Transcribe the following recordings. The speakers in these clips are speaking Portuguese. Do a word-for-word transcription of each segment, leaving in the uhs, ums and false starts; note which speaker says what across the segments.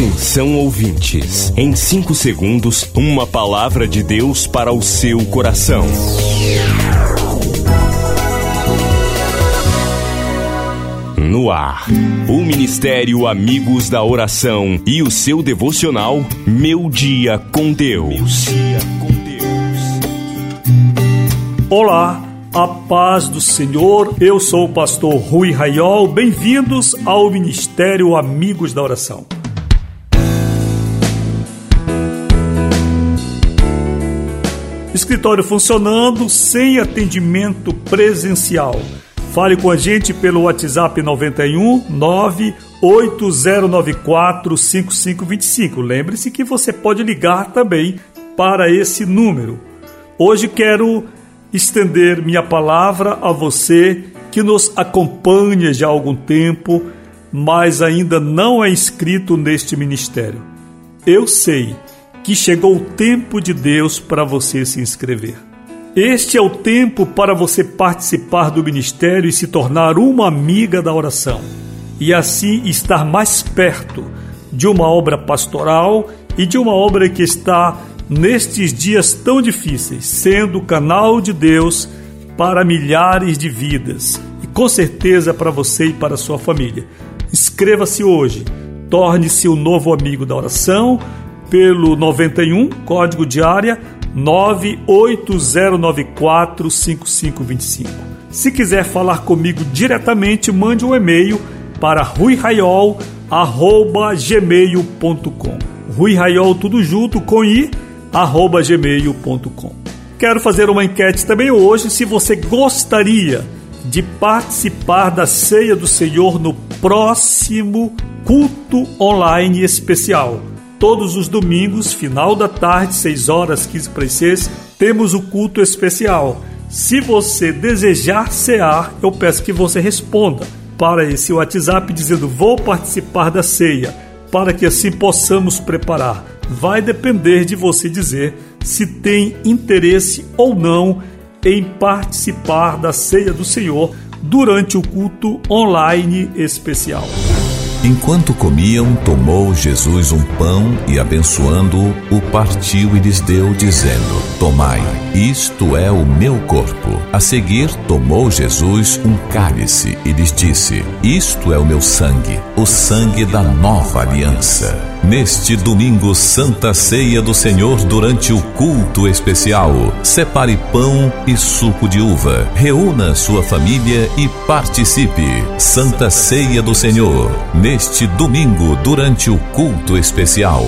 Speaker 1: Atenção, ouvintes. Em cinco segundos, uma palavra de Deus para o seu coração. No ar, o Ministério Amigos da Oração e o seu devocional Meu Dia com Deus.
Speaker 2: Olá, a paz do Senhor. Eu sou o pastor Rui Raiol. Bem-vindos ao Ministério Amigos da Oração. Escritório funcionando sem atendimento presencial. Fale com a gente pelo WhatsApp nove um nove oito zero nove quatro cinco cinco dois cinco. Lembre-se que você pode ligar também para esse número. Hoje quero estender minha palavra a você que nos acompanha já há algum tempo, mas ainda não é inscrito neste ministério. Eu sei que chegou o tempo de Deus para você se inscrever. Este é o tempo para você participar do ministério e se tornar uma amiga da oração, e assim estar mais perto de uma obra pastoral e de uma obra que está nestes dias tão difíceis, sendo o canal de Deus para milhares de vidas, e com certeza para você e para a sua família. Inscreva-se hoje, torne-se um novo amigo da oração pelo nove um, código de área nove oito zero nove quatro cinco cinco dois cinco. Se quiser falar comigo diretamente, mande um e-mail para rui raiol arroba gmail ponto com. Rui Raiol tudo junto com i arroba gmail ponto com. Quero fazer uma enquete também hoje, se você gostaria de participar da Ceia do Senhor no próximo culto online especial. Todos os domingos, final da tarde, seis horas, quinze para as seis, temos o culto especial. Se você desejar cear, eu peço que você responda para esse WhatsApp dizendo: vou participar da ceia, para que assim possamos preparar. Vai depender de você dizer se tem interesse ou não em participar da Ceia do Senhor durante o culto online especial.
Speaker 3: Enquanto comiam, tomou Jesus um pão e, abençoando-o, o partiu e lhes deu, dizendo: tomai, isto é o meu corpo. A seguir, tomou Jesus um cálice e lhes disse: isto é o meu sangue, o sangue da nova aliança. Neste domingo, Santa Ceia do Senhor, durante o culto especial, separe pão e suco de uva, reúna sua família e participe. Santa Ceia do Senhor, neste domingo, durante o culto especial.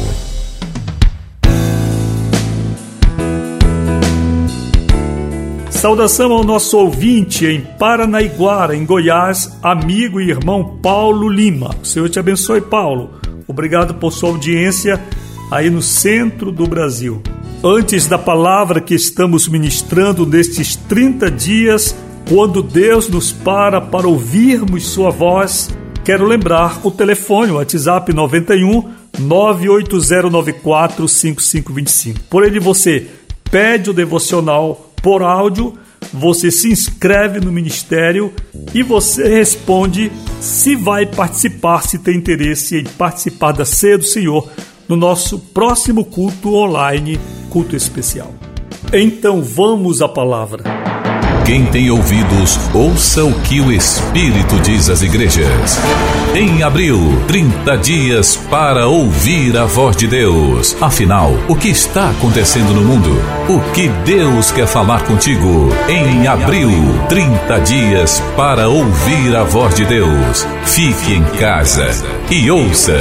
Speaker 2: Saudação ao nosso ouvinte em Paranaiguara, em Goiás, amigo e irmão Paulo Lima. O Senhor te abençoe, Paulo. Obrigado por sua audiência aí no centro do Brasil. Antes da palavra que estamos ministrando nestes trinta dias, quando Deus nos para para ouvirmos sua voz, quero lembrar o telefone, o WhatsApp nove um nove oito zero nove quatro cinco cinco dois cinco. Por ele você pede o devocional por áudio, você se inscreve no ministério e você responde se vai participar, se tem interesse em participar da Ceia do Senhor no nosso próximo culto online, culto especial. Então vamos à palavra.
Speaker 3: Quem tem ouvidos, ouça o que o Espírito diz às igrejas. Em abril, trinta dias para ouvir a voz de Deus. Afinal, o que está acontecendo no mundo? O que Deus quer falar contigo? Em abril, trinta dias para ouvir a voz de Deus. Fique em casa e ouça.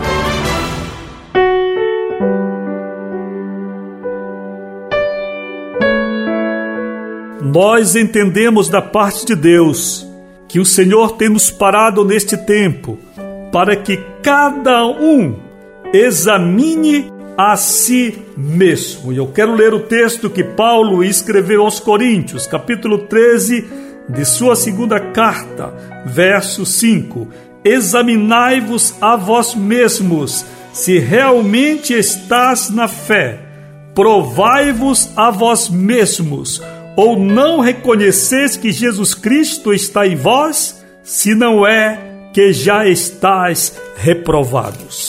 Speaker 2: Nós entendemos da parte de Deus que o Senhor tem nos parado neste tempo para que cada um examine a si mesmo. E eu quero ler o texto que Paulo escreveu aos Coríntios, capítulo treze de sua segunda carta, verso cinco. Examinai-vos a vós mesmos, se realmente estás na fé. Provai-vos a vós mesmos. Ou não reconheceis que Jesus Cristo está em vós? Se não é, que já estáis reprovados.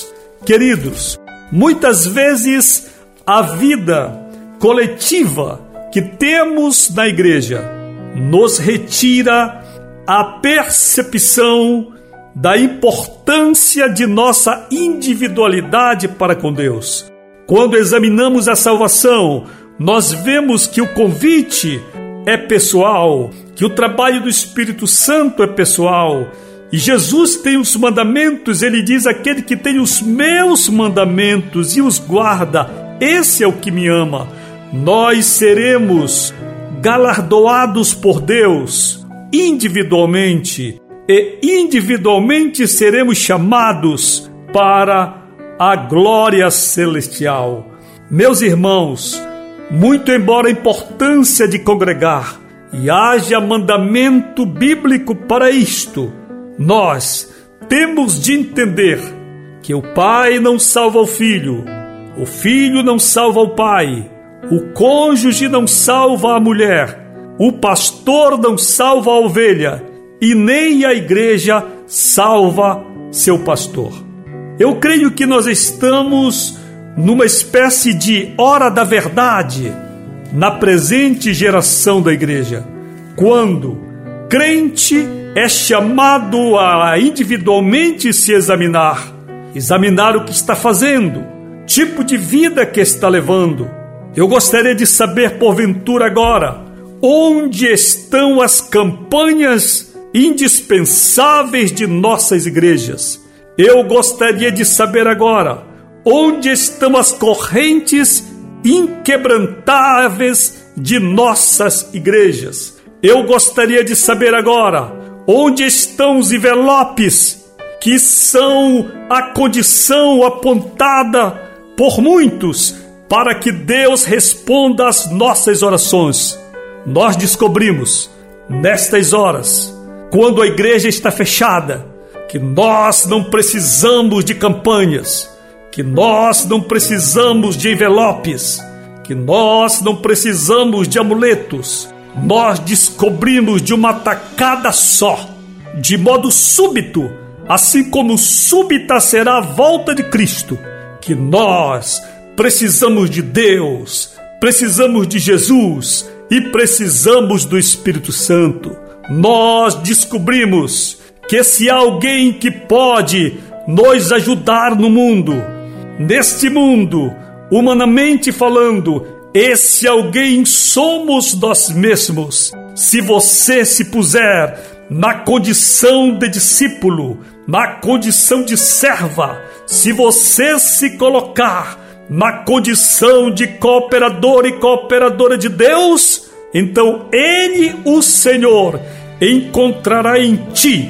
Speaker 2: Queridos, muitas vezes a vida coletiva que temos na igreja nos retira a percepção da importância de nossa individualidade para com Deus. Quando examinamos a salvação, nós vemos que o convite é pessoal, que o trabalho do Espírito Santo é pessoal. E Jesus tem os mandamentos, ele diz: aquele que tem os meus mandamentos e os guarda, esse é o que me ama. Nós seremos galardoados por Deus individualmente, e individualmente seremos chamados para a glória celestial. Meus irmãos, muito embora a importância de congregar e haja mandamento bíblico para isto, nós temos de entender que o pai não salva o filho, o filho não salva o pai, o cônjuge não salva a mulher, o pastor não salva a ovelha e nem a igreja salva seu pastor. Eu creio que nós estamos numa espécie de hora da verdade na presente geração da igreja, quando crente é chamado a individualmente se examinar, examinar o que está fazendo, tipo de vida que está levando. Eu gostaria de saber, porventura agora, onde estão as campanhas indispensáveis de nossas igrejas. Eu gostaria de saber agora, onde estão as correntes inquebrantáveis de nossas igrejas. Eu gostaria de saber agora, onde estão os envelopes que são a condição apontada por muitos para que Deus responda às nossas orações. Nós descobrimos, nestas horas, quando a igreja está fechada, que nós não precisamos de campanhas, que nós não precisamos de envelopes, que nós não precisamos de amuletos. Nós descobrimos de uma tacada só, de modo súbito, assim como súbita será a volta de Cristo, que nós precisamos de Deus, precisamos de Jesus e precisamos do Espírito Santo. Nós descobrimos que se há alguém que pode nos ajudar no mundo, neste mundo, humanamente falando, esse alguém somos nós mesmos. Se você se puser na condição de discípulo, na condição de serva, se você se colocar na condição de cooperador e cooperadora de Deus, então Ele, o Senhor, encontrará em ti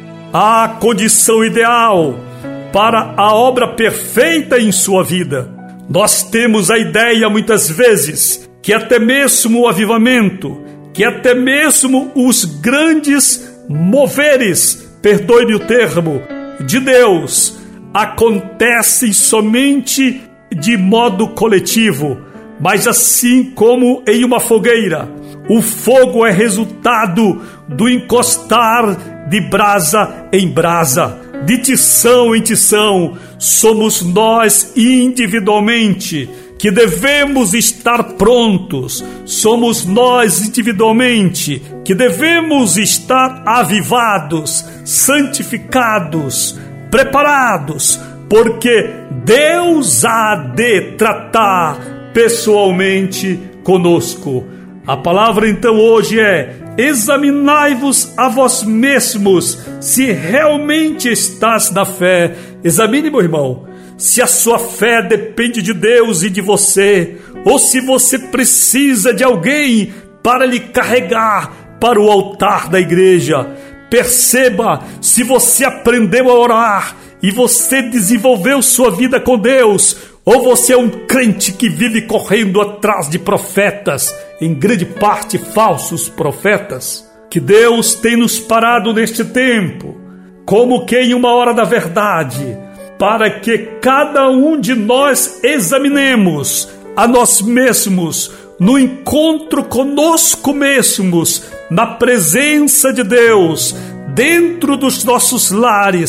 Speaker 2: a condição ideal para a obra perfeita em sua vida. Nós temos a ideia muitas vezes que até mesmo o avivamento, que até mesmo os grandes moveres, perdoe-me o termo, de Deus, acontecem somente de modo coletivo, mas assim como em uma fogueira, o fogo é resultado do encostar de brasa em brasa, de tição em tição. Somos nós individualmente que devemos estar prontos, somos nós individualmente que devemos estar avivados, santificados, preparados, porque Deus há de tratar pessoalmente conosco. A palavra então hoje é: examinai-vos a vós mesmos, se realmente estás na fé. Examine, meu irmão, se a sua fé depende de Deus e de você, ou se você precisa de alguém para lhe carregar para o altar da igreja. Perceba se você aprendeu a orar e você desenvolveu sua vida com Deus, ou você é um crente que vive correndo atrás de profetas, em grande parte falsos profetas. Que Deus tem nos parado neste tempo, como que em uma hora da verdade, para que cada um de nós examinemos a nós mesmos, no encontro conosco mesmos, na presença de Deus, dentro dos nossos lares,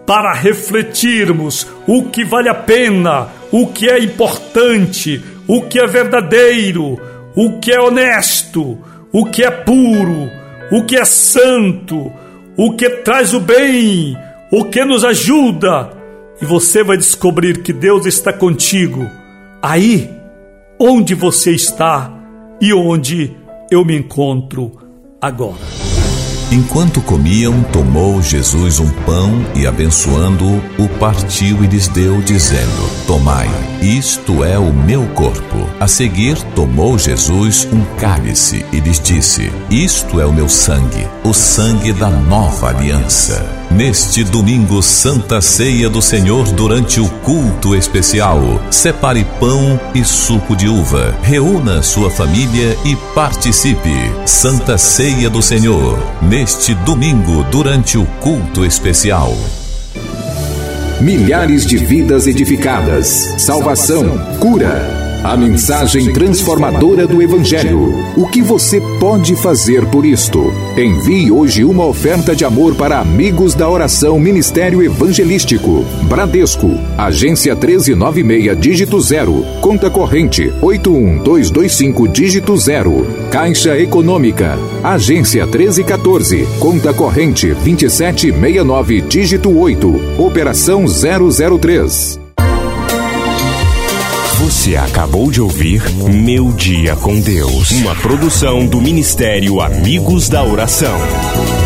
Speaker 2: para refletirmos o que vale a pena, o que é importante, o que é verdadeiro, o que é honesto, o que é puro, o que é santo, o que traz o bem, o que nos ajuda. E você vai descobrir que Deus está contigo, aí onde você está e onde eu me encontro agora.
Speaker 3: Enquanto comiam, tomou Jesus um pão e, abençoando-o, o partiu e lhes deu, dizendo: Tomai, isto é o meu corpo. A seguir, tomou Jesus um cálice e lhes disse: Isto é o meu sangue, o sangue da nova aliança. Neste domingo, Santa Ceia do Senhor, durante o culto especial, separe pão e suco de uva, reúna sua família e participe. Santa Ceia do Senhor, neste domingo, durante o culto especial.
Speaker 4: Milhares de vidas edificadas, salvação, cura. A mensagem transformadora do Evangelho. O que você pode fazer por isto? Envie hoje uma oferta de amor para Amigos da Oração Ministério Evangelístico. Bradesco, agência treze noventa e seis, dígito zero. Conta corrente oito um dois dois cinco, dígito zero. Caixa Econômica, agência treze quatorze. Conta corrente vinte e sete sessenta e nove, dígito oito. Operação zero zero três.
Speaker 1: Você acabou de ouvir Meu Dia com Deus, uma produção do Ministério Amigos da Oração.